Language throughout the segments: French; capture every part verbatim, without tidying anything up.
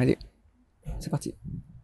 Allez, c'est parti.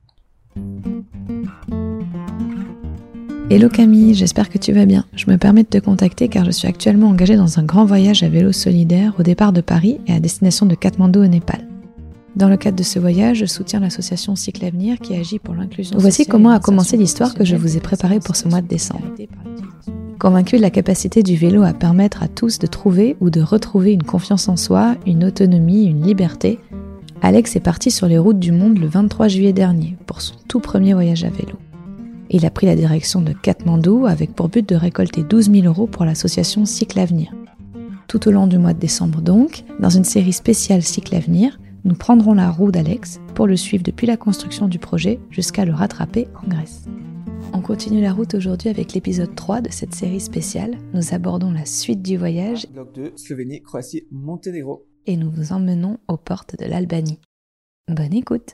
Hello Camille, j'espère que tu vas bien. Je me permets de te contacter car je suis actuellement engagée dans un grand voyage à vélo solidaire au départ de Paris et à destination de Katmandou au Népal. Dans le cadre de ce voyage, je soutiens l'association Cycle Avenir qui agit pour l'inclusion Voici sociale. Voici comment et a commencé l'histoire que je vous ai préparée pour ce mois de décembre. Convaincue de la capacité du vélo à permettre à tous de trouver ou de retrouver une confiance en soi, une autonomie, une liberté, Alex est parti sur les routes du monde le vingt-trois juillet dernier pour son tout premier voyage à vélo. Il a pris la direction de Katmandou avec pour but de récolter douze mille euros pour l'association Cycle Avenir. Tout au long du mois de décembre donc, dans une série spéciale Cycle Avenir, nous prendrons la roue d'Alex pour le suivre depuis la construction du projet jusqu'à le rattraper en Grèce. On continue la route aujourd'hui avec l'épisode trois de cette série spéciale. Nous abordons la suite du voyage. Bloc deux, Slovénie, Croatie, Monténégro. Et nous vous emmenons aux portes de l'Albanie. Bonne écoute!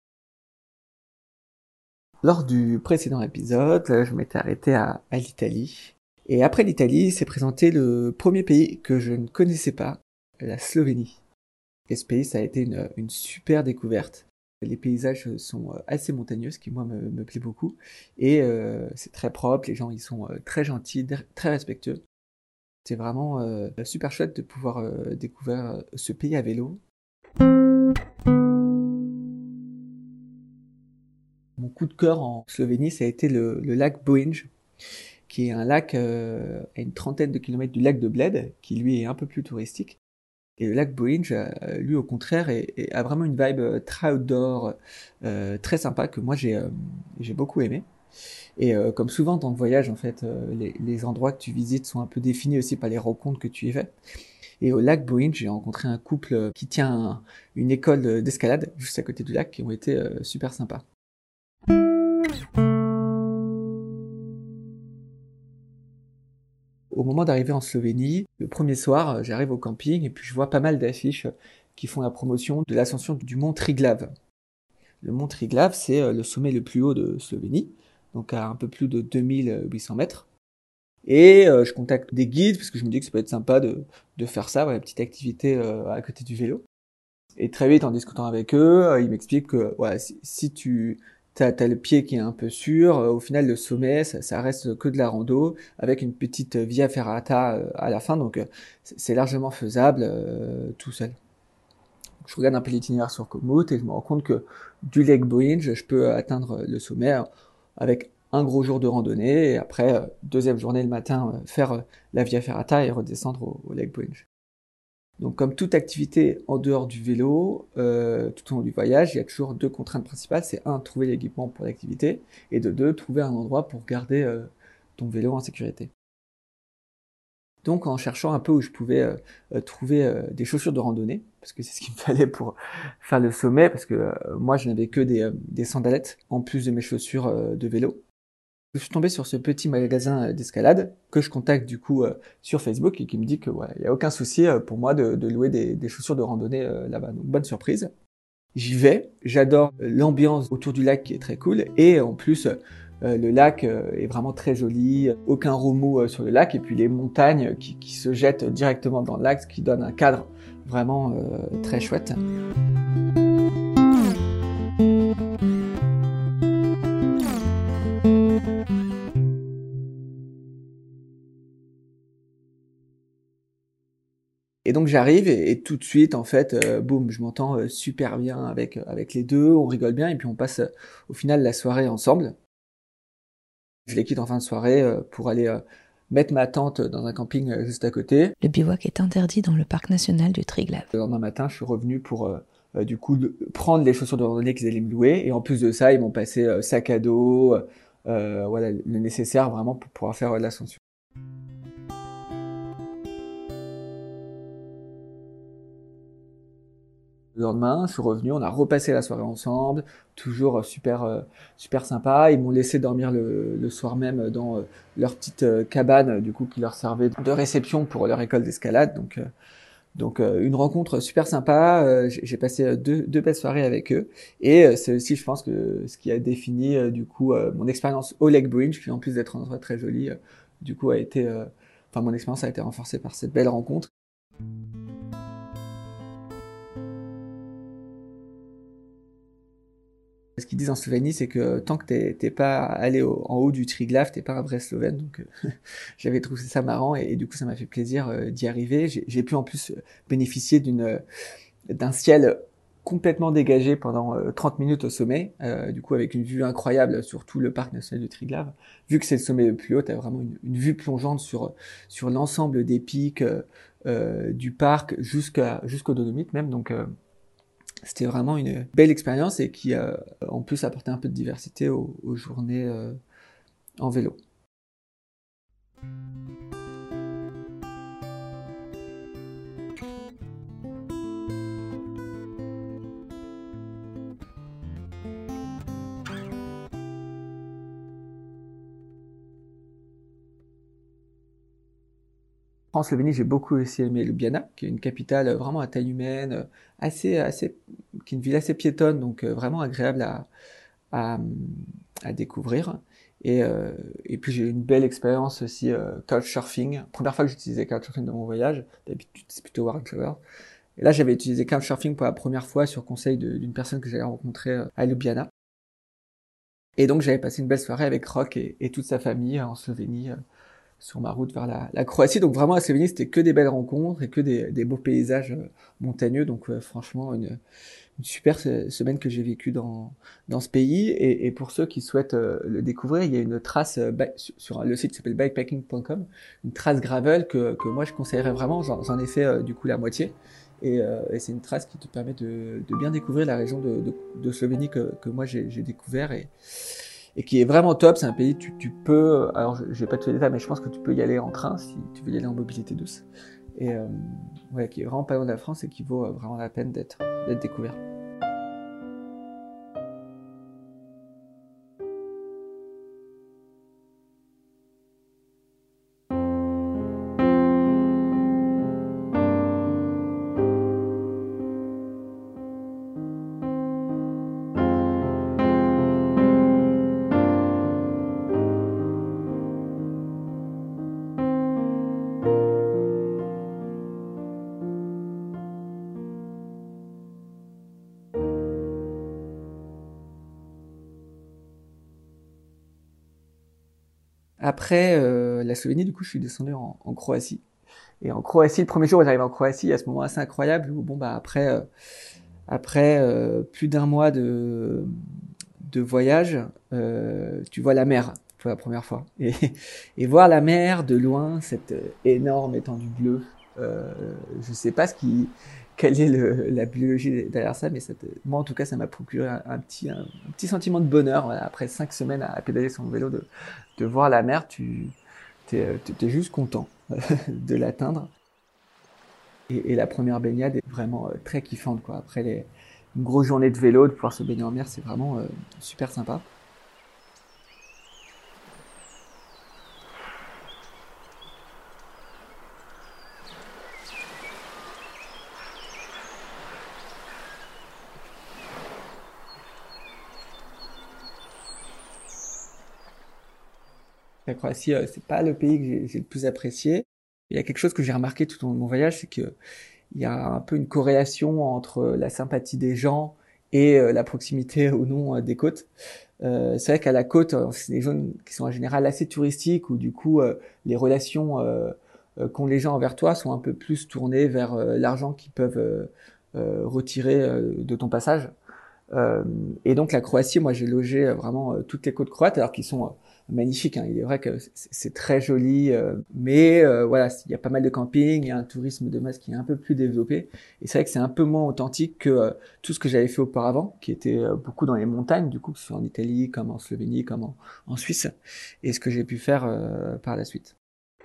Lors du précédent épisode, je m'étais arrêté à, à l'Italie. Et après l'Italie, s'est présenté le premier pays que je ne connaissais pas, la Slovénie. Et ce pays, ça a été une, une super découverte. Les paysages sont assez montagneux, ce qui moi me, me plaît beaucoup. Et euh, c'est très propre, les gens ils sont très gentils, très respectueux. C'est vraiment euh, super chouette de pouvoir euh, découvrir ce pays à vélo. Mon coup de cœur en Slovénie, ça a été le, le lac Bohinj, qui est un lac euh, à une trentaine de kilomètres du lac de Bled, qui lui est un peu plus touristique. Et le lac Bohinj, euh, lui au contraire, est, est, a vraiment une vibe très outdoor, euh, très sympa, que moi j'ai euh, j'ai beaucoup aimé. Et euh, comme souvent dans le voyage, en fait, euh, les, les endroits que tu visites sont un peu définis aussi par les rencontres que tu y fais. Et au lac Bohinj, j'ai rencontré un couple qui tient un, une école d'escalade juste à côté du lac, qui ont été euh, super sympas. Au moment d'arriver en Slovénie, le premier soir, j'arrive au camping et puis je vois pas mal d'affiches qui font la promotion de l'ascension du mont Triglav. Le mont Triglav, c'est le sommet le plus haut de Slovénie, donc à un peu plus de deux mille huit cents mètres. Et euh, je contacte des guides parce que je me dis que ça peut être sympa de, de faire ça, voilà, petite activité euh, à côté du vélo. Et très vite, en discutant avec eux, euh, ils m'expliquent que voilà, si, si tu t'as, t'as le pied qui est un peu sûr, euh, au final le sommet, ça, ça reste que de la rando avec une petite via ferrata euh, à la fin, donc euh, c'est largement faisable euh, tout seul. Je regarde un peu l'itinéraire sur Komoot et je me rends compte que du lac Bohinj, je peux atteindre le sommet avec un gros jour de randonnée et après, deuxième journée le matin, faire la Via Ferrata et redescendre au, au lac Bohinj. Donc comme toute activité en dehors du vélo, euh, tout au long du voyage, il y a toujours deux contraintes principales. C'est un, trouver l'équipement pour l'activité et de deux, trouver un endroit pour garder euh, ton vélo en sécurité. Donc en cherchant un peu où je pouvais euh, trouver euh, des chaussures de randonnée, parce que c'est ce qu'il me fallait pour faire le sommet, parce que euh, moi je n'avais que des, euh, des sandalettes en plus de mes chaussures euh, de vélo. Je suis tombé sur ce petit magasin d'escalade que je contacte du coup euh, sur Facebook et qui me dit que ouais, il y a aucun souci euh, pour moi de, de louer des, des chaussures de randonnée euh, là-bas. Donc bonne surprise. J'y vais, j'adore l'ambiance autour du lac qui est très cool et en plus euh, le lac euh, est vraiment très joli, aucun remous euh, sur le lac et puis les montagnes qui, qui se jettent directement dans le lac, ce qui donne un cadre vraiment euh, très chouette. Et donc j'arrive et, et tout de suite en fait, euh, boum, je m'entends euh, super bien avec avec les deux, on rigole bien et puis on passe euh, au final la soirée ensemble. Je les quitte en fin de soirée euh, pour aller euh, mettre ma tente dans un camping euh, juste à côté. Le bivouac est interdit dans le parc national du Triglav. Le lendemain matin, je suis revenu pour euh, euh, du coup le, prendre les chaussures de randonnée qu'ils allaient me louer et en plus de ça, ils m'ont passé euh, sac à dos, euh, voilà le nécessaire vraiment pour pouvoir faire euh, l'ascension. Le lendemain, je suis revenu, on a repassé la soirée ensemble, toujours super euh, super sympa. Ils m'ont laissé dormir le, le soir même dans euh, leur petite euh, cabane, du coup, qui leur servait de réception pour leur école d'escalade. Donc, euh, donc euh, une rencontre super sympa. Euh, j'ai passé deux, deux belles soirées avec eux. Et euh, c'est aussi, je pense, que ce qui a défini euh, du coup euh, mon expérience au Lake Bohinj, qui en plus d'être un endroit très joli, euh, du coup a été, euh, enfin mon expérience a été renforcée par cette belle rencontre. Ce qu'ils disent en Slovénie, c'est que tant que t'es, t'es pas allé au, en haut du Triglav, t'es pas un vrai Slovène. Donc euh, j'avais trouvé ça marrant et, et du coup ça m'a fait plaisir euh, d'y arriver. J'ai, j'ai pu en plus bénéficier d'une d'un ciel complètement dégagé pendant euh, trente minutes au sommet, euh, du coup avec une vue incroyable sur tout le parc national du Triglav. Vu que c'est le sommet le plus haut, t'as vraiment une, une vue plongeante sur sur l'ensemble des pics euh, euh, du parc jusqu'à jusqu'aux Dolomites même. Donc euh, c'était vraiment une belle expérience et qui a euh, en plus apporté un peu de diversité aux, aux journées euh, en vélo. En Slovénie, j'ai beaucoup aussi aimé Ljubljana, qui est une capitale vraiment à taille humaine, assez, assez, qui est une ville assez piétonne, donc vraiment agréable à, à, à découvrir. Et, euh, et puis j'ai eu une belle expérience aussi euh, couchsurfing. Première fois que j'utilisais couchsurfing dans mon voyage. D'habitude c'est plutôt work and travel. Et là j'avais utilisé couchsurfing pour la première fois sur conseil de, d'une personne que j'avais rencontrée à Ljubljana. Et donc j'avais passé une belle soirée avec Rock et, et toute sa famille en Slovénie euh, sur ma route vers la, la Croatie. Donc vraiment la Slovénie c'était que des belles rencontres et que des, des beaux paysages euh, montagneux. Donc euh, franchement une une super semaine que j'ai vécue dans dans ce pays et, et pour ceux qui souhaitent euh, le découvrir, il y a une trace euh, sur, sur le site qui s'appelle bikepacking point com, une trace gravel que que moi je conseillerais vraiment. J'en, j'en ai fait euh, du coup la moitié et, euh, et c'est une trace qui te permet de de bien découvrir la région de de, de Slovénie que que moi j'ai j'ai découvert et et qui est vraiment top. C'est un pays tu tu peux alors je, je vais pas te faire l'état mais je pense que tu peux y aller en train si tu veux y aller en mobilité douce. Et euh, ouais, qui est vraiment pas loin de la France et qui vaut vraiment la peine d'être, d'être découvert. Après euh, la Slovénie, du coup, je suis descendu en, en Croatie. Et en Croatie, le premier jour où j'arrive en Croatie, il y a ce moment assez incroyable où, bon, bah, après, euh, après euh, plus d'un mois de, de voyage, euh, tu vois la mer pour la première fois. Et, et voir la mer de loin, cette énorme étendue bleue, euh, je sais pas ce qui, quelle est le, la biologie derrière ça, mais cette, moi en tout cas, ça m'a procuré un, un petit, un, un petit sentiment de bonheur. Voilà, après cinq semaines à, à pédaler sur mon vélo, de, de voir la mer, tu t'es, t'es juste content de l'atteindre. Et, et la première baignade est vraiment euh, très kiffante, quoi. Après les, une grosse journée de vélo, de pouvoir se baigner en mer, c'est vraiment euh, super sympa. La Croatie, euh, c'est pas le pays que j'ai, j'ai le plus apprécié. Il y a quelque chose que j'ai remarqué tout au long de mon voyage, c'est que il y a un peu une corrélation entre la sympathie des gens et euh, la proximité ou non euh, des côtes. Euh, c'est vrai qu'à la côte, euh, c'est des zones qui sont en général assez touristiques où du coup euh, les relations euh, euh, qu'ont les gens envers toi sont un peu plus tournées vers euh, l'argent qu'ils peuvent euh, euh, retirer euh, de ton passage. Euh, et donc la Croatie, moi j'ai logé euh, vraiment euh, toutes les côtes croates, alors qu'ils sont euh, magnifiques. Hein. Il est vrai que c'est, c'est très joli, euh, mais euh, voilà, il y a pas mal de camping, il y a un tourisme de masse qui est un peu plus développé. Et c'est vrai que c'est un peu moins authentique que euh, tout ce que j'avais fait auparavant, qui était euh, beaucoup dans les montagnes, du coup, que ce soit en Italie, comme en Slovénie, comme en, en Suisse, et ce que j'ai pu faire euh, par la suite.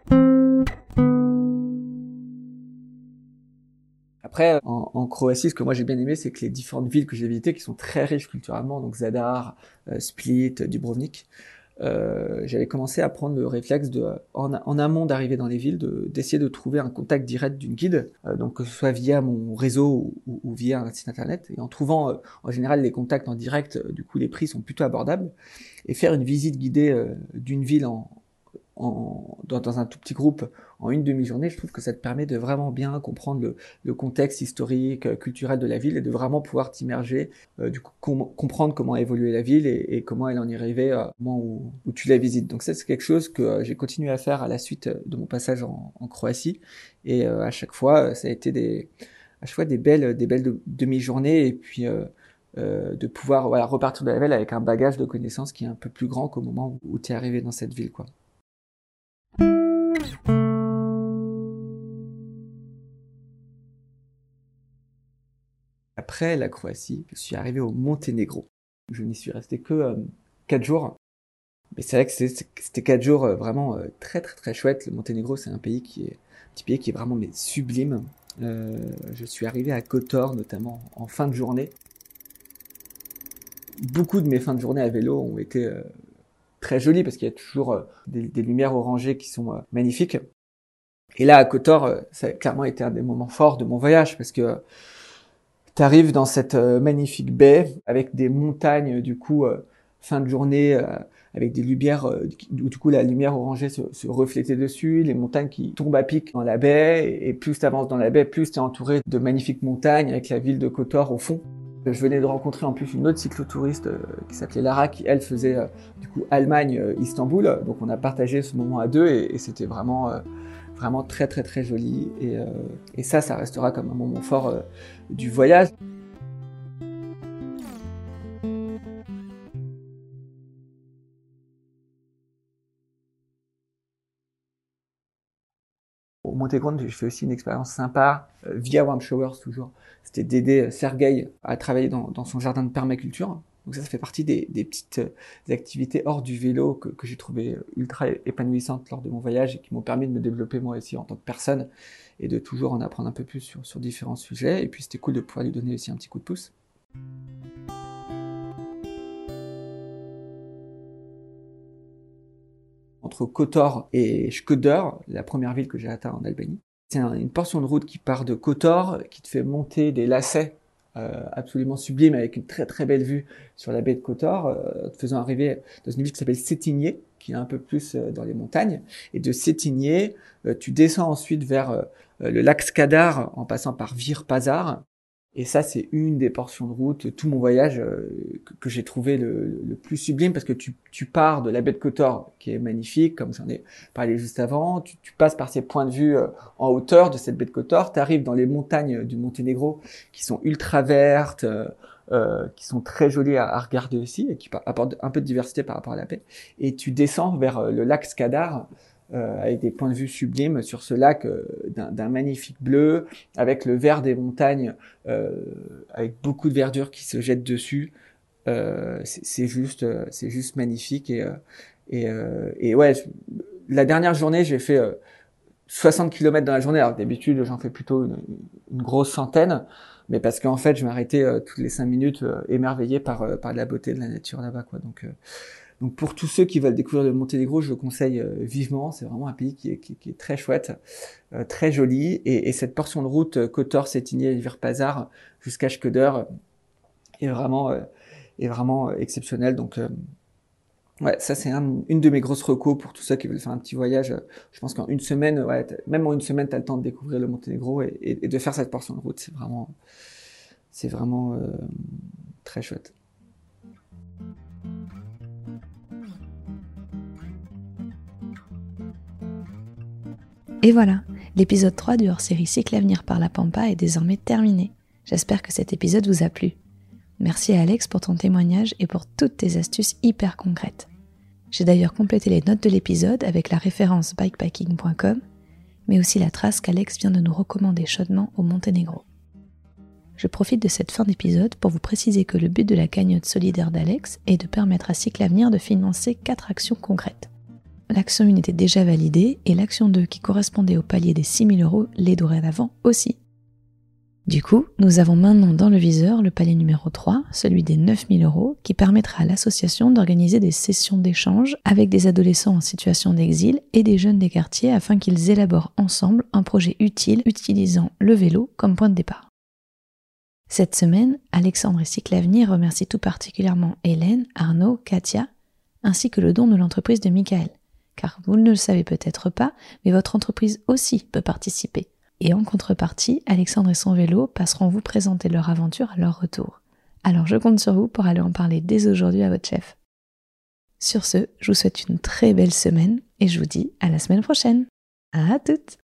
Après, en, en Croatie, ce que moi j'ai bien aimé, c'est que les différentes villes que j'ai visitées, qui sont très riches culturellement, donc Zadar, euh, Split, Dubrovnik, euh, j'avais commencé à prendre le réflexe de, en, en amont d'arriver dans les villes, de, d'essayer de trouver un contact direct d'une guide, euh, donc que ce soit via mon réseau ou, ou via un site internet. Et en trouvant euh, en général les contacts en direct, euh, du coup les prix sont plutôt abordables. Et faire une visite guidée euh, d'une ville en en, dans, dans un tout petit groupe en une demi-journée, je trouve que ça te permet de vraiment bien comprendre le, le contexte historique, culturel de la ville et de vraiment pouvoir t'immerger, euh, du coup com- comprendre comment a évolué la ville et, et comment elle en est arrivée euh, au moment où, où tu la visites. Donc ça, c'est quelque chose que euh, j'ai continué à faire à la suite de mon passage en, en Croatie et euh, à chaque fois, ça a été des, à chaque fois des belles, des belles de, demi-journées et puis euh, euh, de pouvoir voilà, repartir de la ville avec un bagage de connaissances qui est un peu plus grand qu'au moment où, où tu es arrivé dans cette ville, quoi. Après la Croatie, je suis arrivé au Monténégro. Je n'y suis resté que euh, quatre jours. Mais c'est vrai que c'était quatre jours euh, vraiment euh, très très très chouettes. Le Monténégro, c'est un pays qui est un petit pays qui est vraiment mais sublime. Euh, je suis arrivé à Kotor, notamment en fin de journée. Beaucoup de mes fins de journée à vélo ont été euh, très jolies parce qu'il y a toujours euh, des, des lumières orangées qui sont euh, magnifiques. Et là, à Kotor, euh, ça a clairement été un des moments forts de mon voyage parce que euh, tu arrives dans cette euh, magnifique baie avec des montagnes, du coup, euh, fin de journée, euh, avec des lumières, euh, où du coup la lumière orangée se, se reflétait dessus, les montagnes qui tombent à pic dans la baie, et, et plus tu avances dans la baie, plus tu es entouré de magnifiques montagnes avec la ville de Kotor au fond. Je venais de rencontrer en plus une autre cyclotouriste euh, qui s'appelait Lara, qui elle faisait euh, du coup Allemagne-Istanbul, euh, donc on a partagé ce moment à deux et, et c'était vraiment... Euh, vraiment très très très joli et, euh, et ça, ça restera comme un moment fort euh, du voyage. Au Montégrande, j'ai fait aussi une expérience sympa euh, via Warm Showers toujours. C'était d'aider Sergueï à travailler dans, dans son jardin de permaculture. Donc ça, ça fait partie des, des petites euh, des activités hors du vélo que, que j'ai trouvé ultra épanouissantes lors de mon voyage et qui m'ont permis de me développer moi aussi en tant que personne et de toujours en apprendre un peu plus sur, sur différents sujets. Et puis c'était cool de pouvoir lui donner aussi un petit coup de pouce. Entre Kotor et Shkodër, la première ville que j'ai atteint en Albanie. C'est un, une portion de route qui part de Kotor, qui te fait monter des lacets euh, absolument sublimes avec une très très belle vue sur la baie de Kotor, euh, te faisant arriver dans une ville qui s'appelle Cetinje, qui est un peu plus euh, dans les montagnes. Et de Cetinje, euh, tu descends ensuite vers euh, le lac Skadar en passant par Vir Pazar. Et ça, c'est une des portions de route, tout mon voyage, euh, que, que j'ai trouvé le, le plus sublime, parce que tu, tu pars de la baie de Kotor, qui est magnifique, comme j'en ai parlé juste avant, tu, tu passes par ces points de vue euh, en hauteur de cette baie de Kotor, tu arrives dans les montagnes du Monténégro, qui sont ultra vertes, euh, euh, qui sont très jolies à, à regarder aussi, et qui apportent un peu de diversité par rapport à la baie, et tu descends vers euh, le lac Skadar, Euh, avec des points de vue sublimes sur ce lac euh, d'un, d'un magnifique bleu, avec le vert des montagnes, euh, avec beaucoup de verdure qui se jette dessus. Euh, c'est, c'est juste, euh, c'est juste magnifique et euh, et, euh, et ouais, je, la dernière journée, j'ai fait euh, soixante kilomètres dans la journée. Alors que d'habitude, j'en fais plutôt une, une grosse centaine, mais parce qu'en fait, je m'arrêtais euh, toutes les cinq minutes, euh, émerveillé par euh, par la beauté de la nature là-bas, quoi. Donc euh, Donc pour tous ceux qui veulent découvrir le Monténégro, je le conseille euh, vivement. C'est vraiment un pays qui est, qui, qui est très chouette, euh, très joli. Et, et cette portion de route euh, Kotor, Cetinje, Vir Pazar jusqu'à Shkodër est vraiment, euh, est vraiment euh, exceptionnelle. Donc euh, ouais, ça c'est un, une de mes grosses recos pour tous ceux qui veulent faire un petit voyage. Je pense qu'en une semaine, ouais, même en une semaine, t'as le temps de découvrir le Monténégro et, et, et de faire cette portion de route. C'est vraiment, c'est vraiment euh, très chouette. Et voilà, l'épisode trois du hors-série Cycle Avenir par la Pampa est désormais terminé. J'espère que cet épisode vous a plu. Merci à Alex pour ton témoignage et pour toutes tes astuces hyper concrètes. J'ai d'ailleurs complété les notes de l'épisode avec la référence bikepacking point com, mais aussi la trace qu'Alex vient de nous recommander chaudement au Monténégro. Je profite de cette fin d'épisode pour vous préciser que le but de la cagnotte solidaire d'Alex est de permettre à Cycle Avenir de financer quatre actions concrètes. L'action un était déjà validée et l'action deux, qui correspondait au palier des six mille euros, l'est dorénavant aussi. Du coup, nous avons maintenant dans le viseur le palier numéro trois, celui des neuf mille euros, qui permettra à l'association d'organiser des sessions d'échange avec des adolescents en situation d'exil et des jeunes des quartiers afin qu'ils élaborent ensemble un projet utile utilisant le vélo comme point de départ. Cette semaine, Alexandre et Cycle Avenir remercient tout particulièrement Hélène, Arnaud, Katia, ainsi que le don de l'entreprise de Michael, car vous ne le savez peut-être pas, mais votre entreprise aussi peut participer. Et en contrepartie, Alexandre et son vélo passeront vous présenter leur aventure à leur retour. Alors je compte sur vous pour aller en parler dès aujourd'hui à votre chef. Sur ce, je vous souhaite une très belle semaine et je vous dis à la semaine prochaine. À toutes!